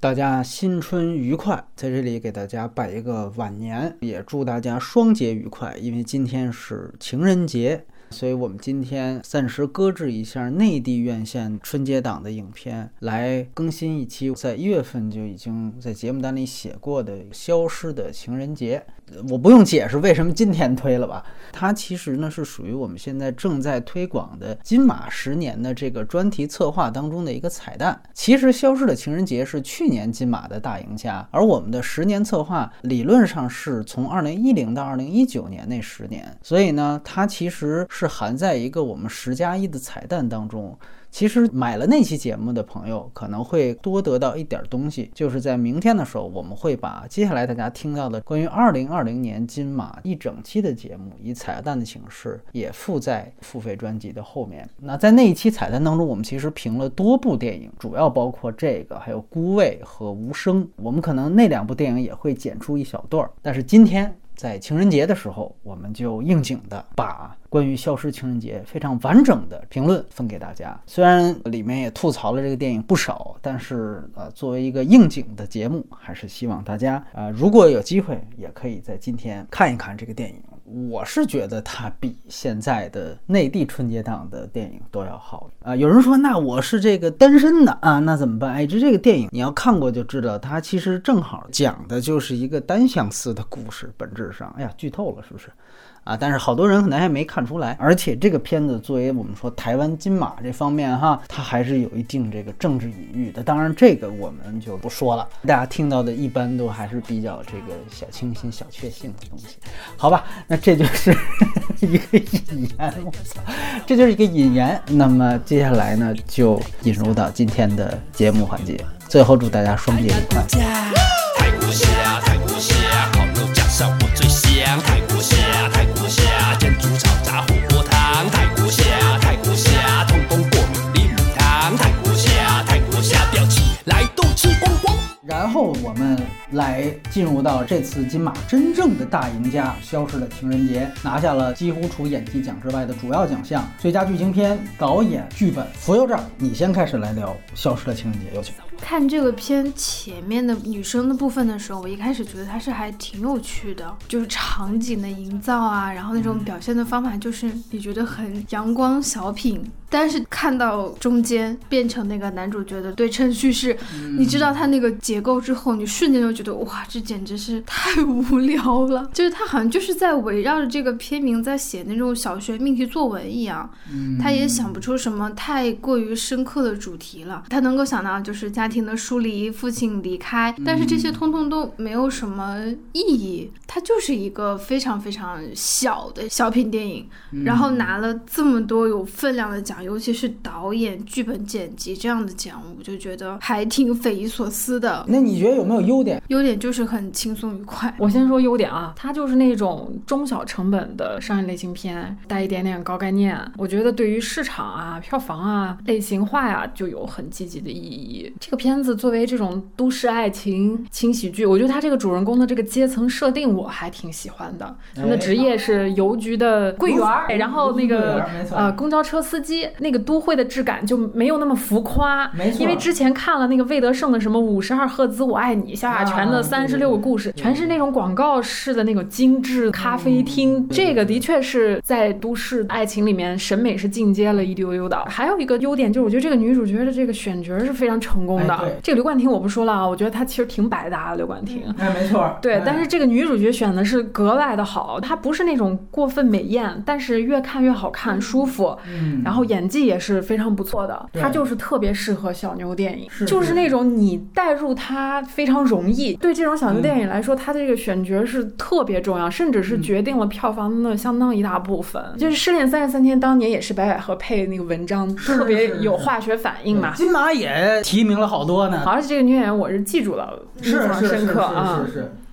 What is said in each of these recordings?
大家新春愉快，在这里给大家拜一个晚年，也祝大家双节愉快，因为今天是情人节，所以我们今天暂时搁置一下内地院线春节档的影片，来更新一期在1月份就已经在节目单里写过的《消失的情人节》。我不用解释为什么今天推了吧，它其实呢是属于我们现在正在推广的金马10年的这个专题策划当中的一个彩蛋。其实《消失的情人节》是去年金马的大赢家，而我们的10年策划理论上是从2010到2019年那10年，所以呢它其实是含在一个我们10+1的彩蛋当中。其实买了那期节目的朋友可能会多得到一点东西，就是在明天的时候我们会把接下来大家听到的关于2020年金马一整期的节目以彩蛋的形式也附在付费专辑的后面。那在那一期彩蛋当中，我们其实评了多部电影，主要包括这个还有孤味和无声，我们可能那2部电影也会剪出一小段，但是今天在情人节的时候，我们就应景的把关于消失情人节非常完整的评论分给大家。虽然里面也吐槽了这个电影不少，但是作为一个应景的节目，还是希望大家如果有机会也可以在今天看一看这个电影。我是觉得它比现在的内地春节档的电影都要好有人说那我是这个单身的那怎么办？这个电影你要看过就知道，它其实正好讲的就是一个单相思的故事，本质上剧透了是不是但是好多人可能还没看出来。而且这个片子作为我们说台湾金马这方面它还是有一定这个政治隐喻的，当然这个我们就不说了，大家听到的一般都还是比较这个小清新小确幸的东西，好吧？那这就是一个引言，我操，这就是一个引言。那么接下来呢就进入到今天的节目环节，最后祝大家双节愉快。 泰国虾，泰国虾，好肉加上我最香。泰国虾，泰国虾，煎猪炒炸火锅汤。泰国虾，泰国虾，通通过米里米汤。泰国虾，泰国虾，吊起来都吃光光。 然后我们来进入到这次金马真正的大赢家《消失的情人节》，拿下了几乎除演技奖之外的主要奖项，最佳剧情片、导演、剧本。浮游照，你先开始来聊《消失的情人节》，有请。 看这个片前面的女生的部分的时候，我一开始觉得它是还挺有趣的，就是场景的营造然后那种表现的方法就是你觉得很阳光小品，但是看到中间变成那个男主角的对称叙事，你知道他那个结构之后，你瞬间就觉得哇，这简直是太无聊了，就是他好像就是在围绕着这个片名在写那种小学命题作文一样，他也想不出什么太过于深刻的主题了，他能够想到就是家庭的疏离，父亲离开，但是这些通通都没有什么意义，它就是一个非常非常小的小品电影，然后拿了这么多有分量的奖，尤其是导演、剧本、剪辑这样的奖，我就觉得还挺匪夷所思的。 那你觉得有没有优点？ 优点就是很轻松愉快。 我先说优点它就是那种中小成本的商业类型片，带一点点高概念，我觉得对于市场票房类型化就有很积极的意义。这个片子作为这种都市爱情轻喜剧，我觉得它这个主人公的这个阶层设定我还挺喜欢的。他们的职业是邮局的柜员，然后那个公交车司机，那个都会的质感就没有那么浮夸。因为之前看了那个魏德胜的什么52赫兹我爱你，萧亚全的36个故事，全是那种广告式的那种精致咖啡厅，这个的确是在都市爱情里面审美是进阶了一丢丢的。还有一个优点就是我觉得这个女主角的这个选角是非常成功的。这个刘冠廷我不说了我觉得她其实挺百搭的，刘冠廷没错， 对，但是这个女主角选的是格外的好，她不是那种过分美艳，但是越看越好看舒服，然后演技也是非常不错的，她就是特别适合小牛电影，就是那种你带入她非常容易。对这种小牛电影来说，她这个选角是特别重要，甚至是决定了票房的相当一大部分。就是《失恋33天》当年也是白百合配那个文章，特别有化学反应嘛。 金马也提名了好多呢， 而且这个女演员我是记住了，印象深刻是。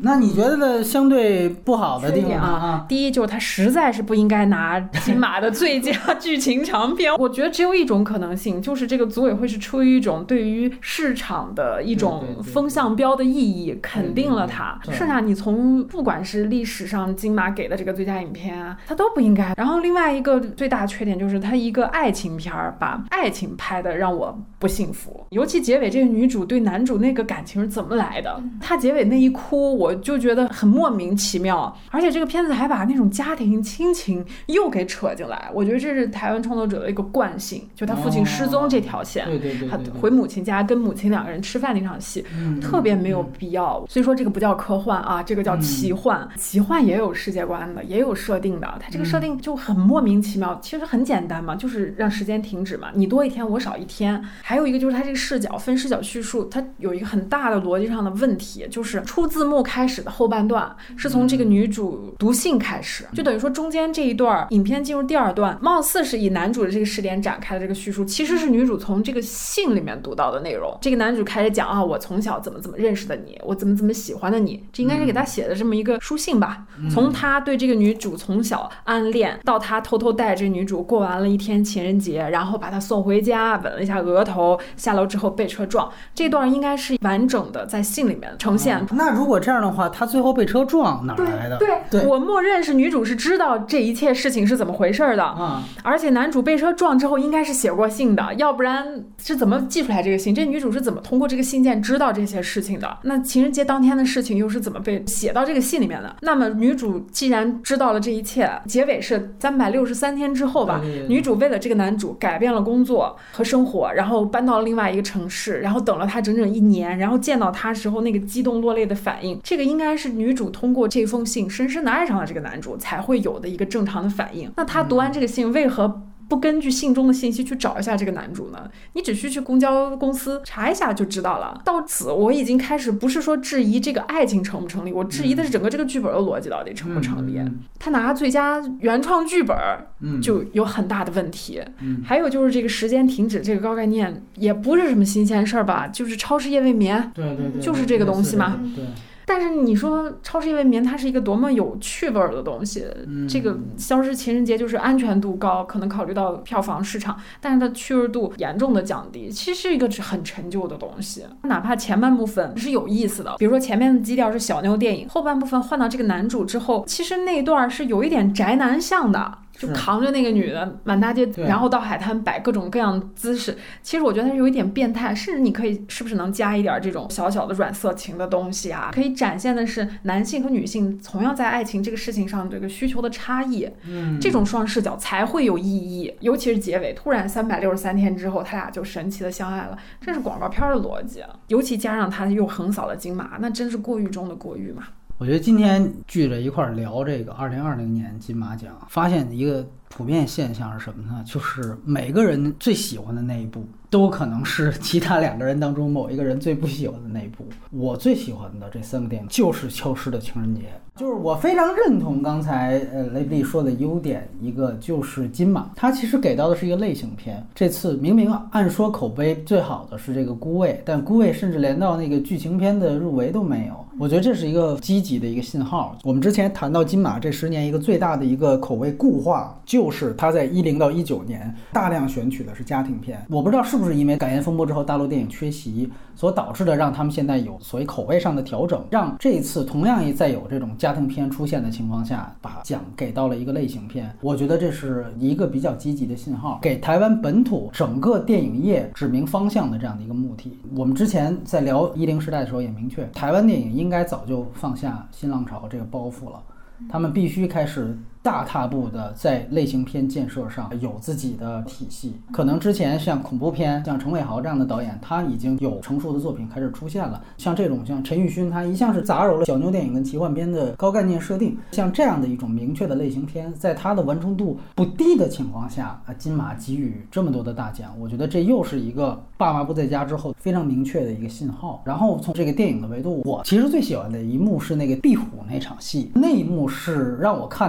那你觉得相对不好的地方啊？ 第一就是它实在是不应该拿金马的最佳剧情长片。我觉得只有一种可能性，就是这个组委会是出于一种对于市场的一种风向标的意义，肯定了它。剩下你从不管是历史上金马给的这个最佳影片啊，它都不应该。然后另外一个最大的缺点就是它一个爱情片把爱情拍的让我不幸福，尤其结尾这个女主对男主那个感情是怎么来的？她结尾那一哭，我就觉得很莫名其妙。而且这个片子还把那种家庭亲情又给扯进来，我觉得这是台湾创作者的一个惯性，就他父亲失踪这条线，他回母亲家跟母亲两个人吃饭那场戏，特别没有必要。所以说这个不叫科幻啊，这个叫奇幻。奇幻也有世界观的，也有设定的，它这个设定就很莫名其妙。其实很简单嘛，就是让时间停止嘛，你多一天我少一天。还有一个就是它这个视角分视角叙述，它有一个很大的逻辑上的问题，就是出字幕开始的后半段是从这个女主读信开始，就等于说中间这一段影片进入第二段，貌似是以男主的这个视点展开的这个叙述，其实是女主从这个信里面读到的内容。这个男主开始讲啊，我从小怎么认识的你，我怎么喜欢的你，这应该是给他写的这么一个书信吧。从他对这个女主从小暗恋，到他偷偷带着女主过完了一天情人节，然后把她送回家，吻了一下额头，下楼之后被车撞，这段应该是完整的在信里面呈现。 那如果这样的话，他最后被车撞哪来的？ 对，我默认是女主是知道这一切事情是怎么回事的而且男主被车撞之后应该是写过信的，要不然是怎么寄出来这个信？这女主是怎么通过这个信件知道这些事情的？那情人节当天的事情又是怎么被写到这个信里面的？那么女主既然知道了这一切，结尾是363天之后吧，女主为了这个男主改变了工作和生活，然后搬到了另外一个城市，然后等了他整整1年，然后见到他时候那个激动落泪的反应，这个应该是女主通过这封信深深的爱上了这个男主才会有的一个正常的反应。那他读完这个信，为何不根据信中的信息去找一下这个男主呢？你只需去公交公司查一下就知道了。到此我已经开始不是说质疑这个爱情成不成立，我质疑的是整个这个剧本的逻辑到底成不成立。他拿最佳原创剧本就有很大的问题。还有就是这个时间停止这个高概念也不是什么新鲜事儿吧，就是超时夜未眠， 对， 就是这个东西嘛。 对。 但是你说超时夜未眠它是一个多么有趣味的东西，这个消失情人节就是安全度高，可能考虑到票房市场，但是它趣味度严重的降低，其实是一个很陈旧的东西。哪怕前半部分是有意思的，比如说前面的基调是小妞电影，后半部分换到这个男主之后，其实那一段是有一点宅男向的，就扛着那个女的满大街，然后到海滩摆各种各样的姿势。其实我觉得它是有一点变态，甚至你可以是不是能加一点这种小小的软色情的东西啊？可以展现的是男性和女性同样在爱情这个事情上这个需求的差异。这种双视角才会有意义。尤其是结尾突然363天之后他俩就神奇的相爱了，这是广告片的逻辑。尤其加上他又横扫了金马，那真是过誉中的过誉嘛。 我觉得今天聚着一块聊这个2020年金马奖，发现一个普遍现象是什么呢？就是每个人最喜欢的那一部都可能是其他2个人当中某一个人最不喜欢的那一部。我最喜欢的这3个电影就是《消失的情人节》，就是我非常认同刚才雷比利说的优点，一个就是金马它其实给到的是一个类型片。这次明明按说口碑最好的是这个《孤味》，但《孤味》甚至连到那个剧情片的入围都没有。我觉得这是一个积极的一个信号。我们之前谈到金马这10年一个最大的一个口味固化，就是它在10到19年大量选取的是家庭片。我不知道是不是因为感言风波之后大陆电影缺席所导致的，让他们现在有所谓口味上的调整，让这一次同样在有这种家庭片出现的情况下，把奖给到了一个类型片。我觉得这是一个比较积极的信号，给台湾本土整个电影业指明方向的这样的一个目的。我们之前在聊10时代的时候也明确，台湾电影应该早就放下新浪潮这个包袱了，他们必须开始大踏步的在类型片建设上有自己的体系。可能之前像恐怖片，像程伟豪这样的导演，他已经有成熟的作品开始出现了。像这种像陈玉勋，他一向是杂糅了小妞电影跟奇幻片的高概念设定，像这样的一种明确的类型片，在他的完成度不低的情况下，金马给予这么多的大奖，我觉得这又是一个爸妈不在家之后非常明确的一个信号。然后从这个电影的维度，我其实最喜欢的一幕是那个壁虎那场戏，那一幕是让我看到了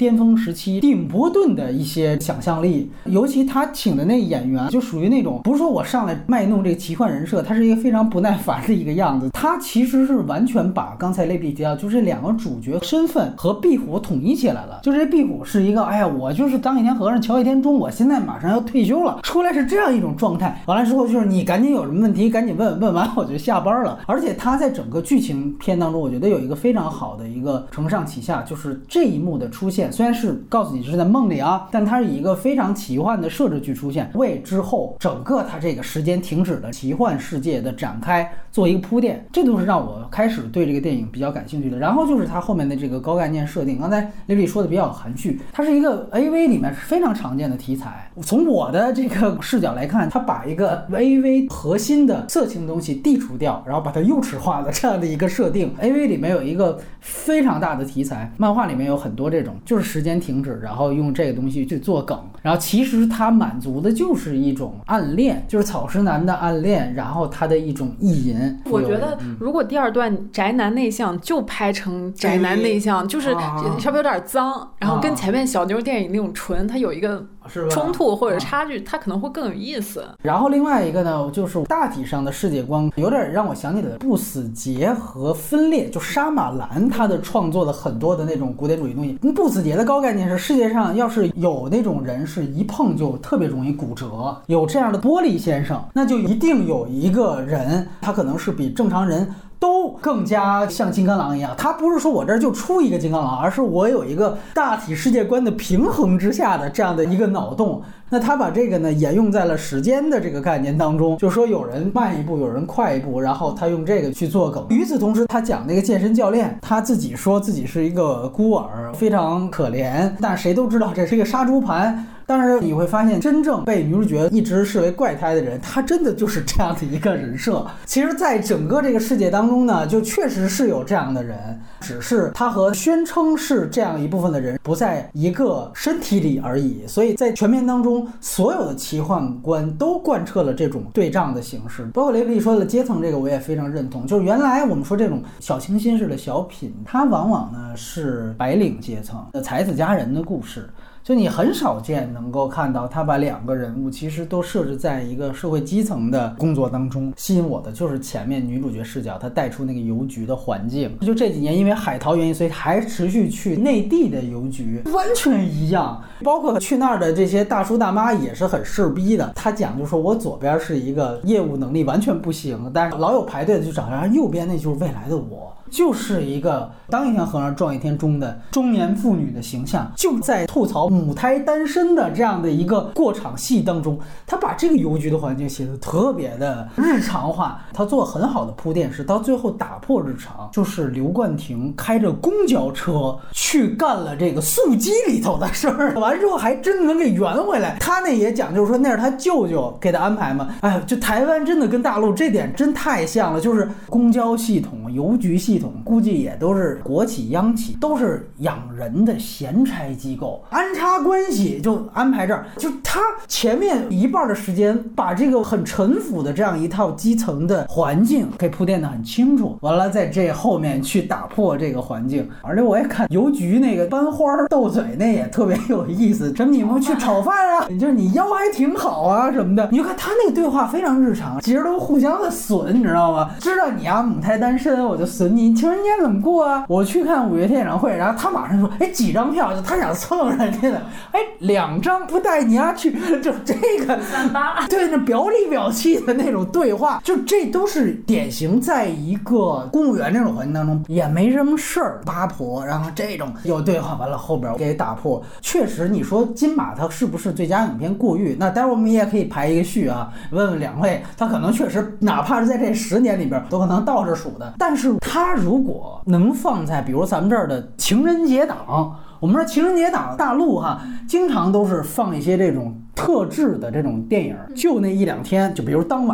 巅峰时期蒂姆·波顿的一些想象力，尤其他请的那演员就属于那种不是说我上来卖弄这个奇幻人设，他是一个非常不耐烦的一个样子，他其实是完全把刚才雷比提到就这两个主角身份和壁虎统一起来了。就这壁虎是一个哎呀我就是当一天和尚敲一天钟，我现在马上要退休了，出来是这样一种状态，完了之后就是你赶紧有什么问题赶紧问，问完我就下班了。而且他在整个剧情片当中我觉得有一个非常好的一个承上启下，就是这一幕的出现虽然是告诉你是在梦里啊，但它是以一个非常奇幻的摄制剧出现，为之后整个它这个时间停止的奇幻世界的展开做一个铺垫，这都是让我开始对这个电影比较感兴趣的。然后就是它后面的这个高概念设定，刚才雷比说的比较含蓄，它是一个 AV 里面是非常常见的题材。从我的这个视角来看，它把一个 AV 核心的色情东西剔除掉，然后把它幼稚化的这样的一个设定。 AV 里面有一个非常大的题材，漫画里面有很多这种就是时间停止，然后用这个东西去做梗，然后其实它满足的就是一种暗恋，就是草食男的暗恋，然后它的一种意淫。 我觉得如果第二段宅男内向就拍成宅男内向，就是稍微有点脏，然后跟前面小妞电影那种纯它有一个冲突或者差距，它可能会更有意思。 然后另外一个呢，就是大体上的世界观有点让我想起了不死劫和分裂，就杀马兰他的创作的很多的那种古典主义东西。不死劫的高概念是世界上要是有那种人是一碰就特别容易骨折，有这样的玻璃先生，那就一定有一个人他可能是比正常人都更加像金刚狼一样，他不是说我这儿就出一个金刚狼，而是我有一个大体世界观的平衡之下的这样的一个脑洞。那他把这个呢沿用在了时间的这个概念当中，就是说有人慢一步有人快一步，然后他用这个去做梗。与此同时他讲那个健身教练，他自己说自己是一个孤儿，非常可怜，但谁都知道这是一个杀猪盘。但是你会发现真正被女主角一直视为怪胎的人，他真的就是这样的一个人设。其实在整个这个世界当中呢，就确实是有这样的人，只是他和宣称是这样一部分的人不在一个身体里而已。所以在全片当中所有的奇幻观都贯彻了这种对仗的形式。包括雷比说的阶层这个我也非常认同，就是原来我们说这种小清新式的小品，它往往呢是白领阶层的才子佳人的故事，就你很少见能够看到他把两个人物其实都设置在一个社会基层的工作当中。吸引我的就是前面女主角视角，她带出那个邮局的环境，就这几年因为海淘原因，所以还持续去内地的邮局，完全一样。包括去那儿的这些大叔大妈也是很事逼的。他讲就是说我左边是一个业务能力完全不行，但是老有排队的去找，然后右边那就是未来的我，就是一个当一天和尚撞一天钟的中年妇女的形象。就在吐槽母胎单身的这样的一个过场戏当中，他把这个邮局的环境写得特别的日常化。他做很好的铺垫是到最后打破日常，就是刘冠廷开着公交车去干了这个速激里头的事儿，完之后还真能给圆回来。他那也讲就是说那是他舅舅给他安排嘛。哎，就台湾真的跟大陆这点真太像了，就是公交系统邮局系统估计也都是国企央企，都是养人的闲差机构，安插关系就安排这儿。就他前面一半的时间把这个很陈腐的这样一套基层的环境给铺垫得很清楚，完了在这后面去打破这个环境。而且我也看邮局那个班花斗嘴那也特别有意思，什么你们去炒饭啊，就是你腰还挺好啊什么的。你就看他那个对话非常日常，其实都互相的损，你知道吗？知道你啊母胎单身，我就损你，情人节怎么过啊？我去看五月天演唱会，然后他马上说哎几张票，就他想蹭人家的，哎2张不带你啊去，就这个 38 对，那表里表气的那种对话，就这都是典型在一个公务员这种环境当中也没什么事儿，八婆然后这种有对话，完了后边给打破。确实你说金马它是不是最佳影片过誉，那待会儿我们也可以排一个序啊，问问两位，他可能确实哪怕是在这10年里边都可能倒着数的。但是他如果能放在比如咱们这儿的情人节档，我们说情人节档大陆哈经常都是放一些这种特制的这种电影，就那1-2天，就比如当晚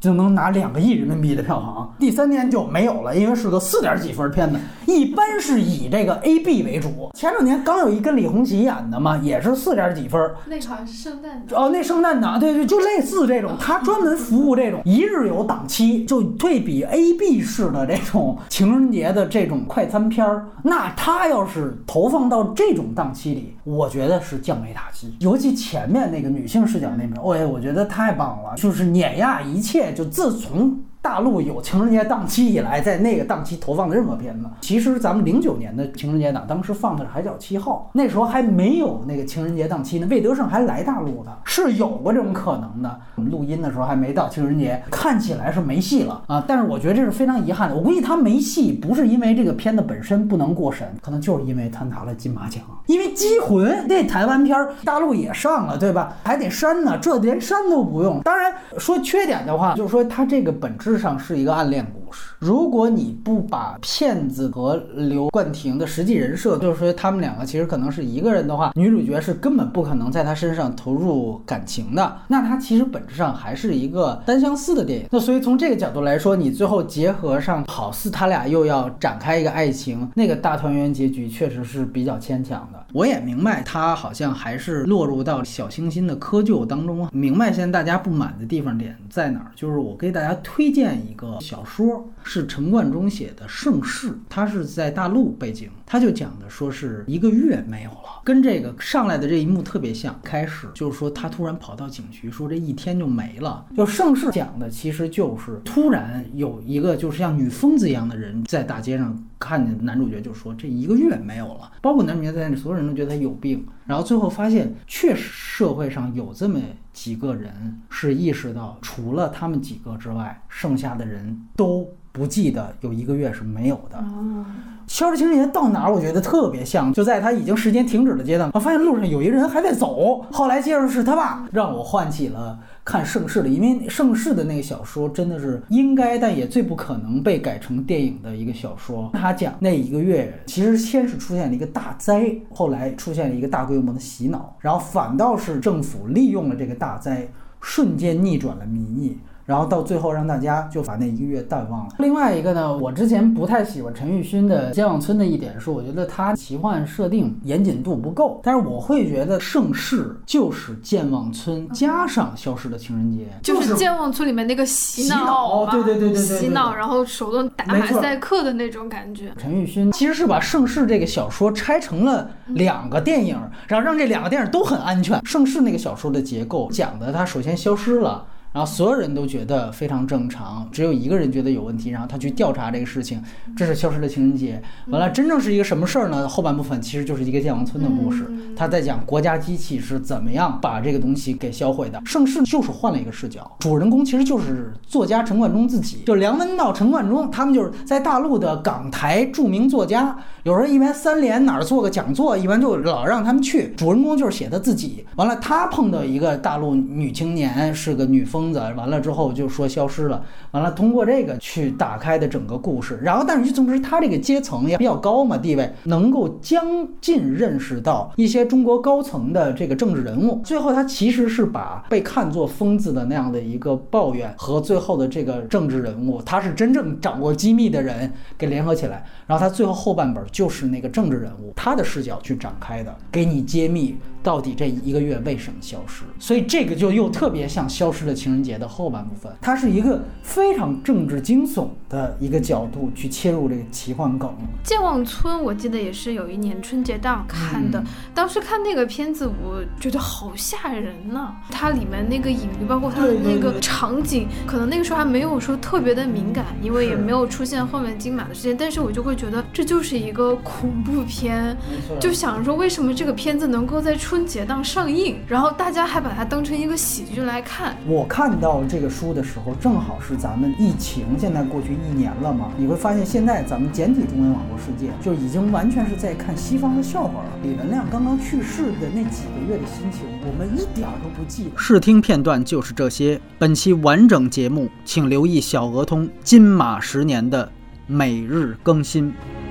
就能拿2个亿人民币的票房，第3天就没有了，因为是个4点几分片子，一般是以这个 A、B 为主。前2年刚有一跟李红旗演的嘛，也是4点几分， 那好像是圣诞哦，那圣诞档，对，就类似这种，他专门服务这种一日游档期，就对比 A、B 式的这种情人节的这种快餐片儿，那他要是投放到这种档期里，我觉得是降维打击。尤其前面那个女性视角那边，我觉得太棒了，就是碾压一切。就自从大陆有情人节档期以来，在那个档期投放的任何片子，其实咱们09年的情人节档，当时放的是《海角7号》，那时候还没有那个情人节档期呢，魏德胜还来大陆的，是有过这种可能的。我们录音的时候还没到情人节，看起来是没戏了啊！但是我觉得这是非常遗憾的。我估计他没戏，不是因为这个片子本身不能过审，可能就是因为他拿了金马奖。因为《机魂》这台湾片大陆也上了，对吧？还得删呢，这连删都不用。当然说缺点的话，就是说它这个本质上是一个暗恋故事。如果你不把骗子和刘冠廷的实际人设，就是说他们2个其实可能是一个人的话，女主角是根本不可能在他身上投入感情的。那他其实本质上还是一个单相思的电影。那所以从这个角度来说，你最后结合上好似他俩又要展开一个爱情，那个大团圆结局确实是比较牵强的。我也明白他好像还是落入到小清新的窠臼当中，明白现在大家不满的地方点在哪儿。就是我给大家推荐一个小说，是陈冠中写的《盛世》，他是在大陆背景，他就讲的说是1个月没有了，跟这个上来的这一幕特别像。开始就是说他突然跑到警局，说这1天就没了。就《盛世》讲的其实就是突然有一个就是像女疯子一样的人在大街上看见男主角，就说这1个月没有了，包括男主角在内所有人都觉得他有病。然后最后发现确实社会上有这么几个人是意识到除了他们几个之外，剩下的人都不记得有1个月是没有的。消失情人节到哪儿我觉得特别像，就在他已经时间停止的阶段，我发现路上有一个人还在走，后来接着是他爸，让我唤起了看盛世的，因为盛世的那个小说真的是应该但也最不可能被改成电影的一个小说。他讲那1个月其实先是出现了一个大灾，后来出现了一个大规模的洗脑，然后反倒是政府利用了这个大灾，瞬间逆转了民意，然后到最后让大家就把那1个月淡忘了。另外一个呢，我之前不太喜欢陈玉勋的《健忘村》的一点是，我觉得他奇幻设定严谨度不够，但是我会觉得《盛世》就是《健忘村》加上《消失的情人节》， 就是《健忘村》里面那个洗脑， 对， 洗脑，然后手动打马赛克的那种感觉。 陈玉勋其实是把《盛世》这个小说拆成了2个电影，然后让这2个电影都很安全。《盛世》那个小说的结构讲的，他首先消失了。然后所有人都觉得非常正常，只有1个人觉得有问题，然后他去调查这个事情，这是消失的情人节。完了，真正是一个什么事儿呢？后半部分其实就是一个健忘村的故事，他在讲国家机器是怎么样把这个东西给销毁的。盛世就是换了一个视角，主人公其实就是作家陈冠中自己，就梁文道、陈冠中，他们就是在大陆的港台著名作家，有人一般3联哪儿做个讲座，一般就老让他们去，主人公就是写他自己。完了，他碰到一个大陆女青年，是个女疯子，完了之后就说消失了，完了通过这个去打开的整个故事。然后但是同时他这个阶层也比较高嘛，地位能够将近认识到一些中国高层的这个政治人物。最后他其实是把被看作疯子的那样的一个抱怨和最后的这个政治人物，他是真正掌握机密的人给联合起来，然后他最后后半本就是那个政治人物他的视角去展开的，给你揭秘到底这1个月为什么消失。所以这个就又特别像消失的情人节的后半部分，它是一个非常政治惊悚的一个角度去切入这个奇幻梗。 健忘村我记得也是有一年春节档看的，当时看那个片子我觉得好吓人呢，它里面那个隐喻包括它的那个场景，可能那个时候还没有说特别的敏感，因为也没有出现后面金马的事件，但是我就会觉得这就是一个恐怖片，就想说为什么这个片子能够在春节档上映，然后大家还把它当成一个喜剧来看。 我看到这个书的时候正好是咱们疫情现在过去1年了嘛，你会发现现在咱们简体中文网络世界就已经完全是在看西方的笑话了。李文亮刚刚去世的那几个月的心情我们一点都不记得。试听片段就是这些，本期完整节目请留意小鹅通金马10年的每日更新。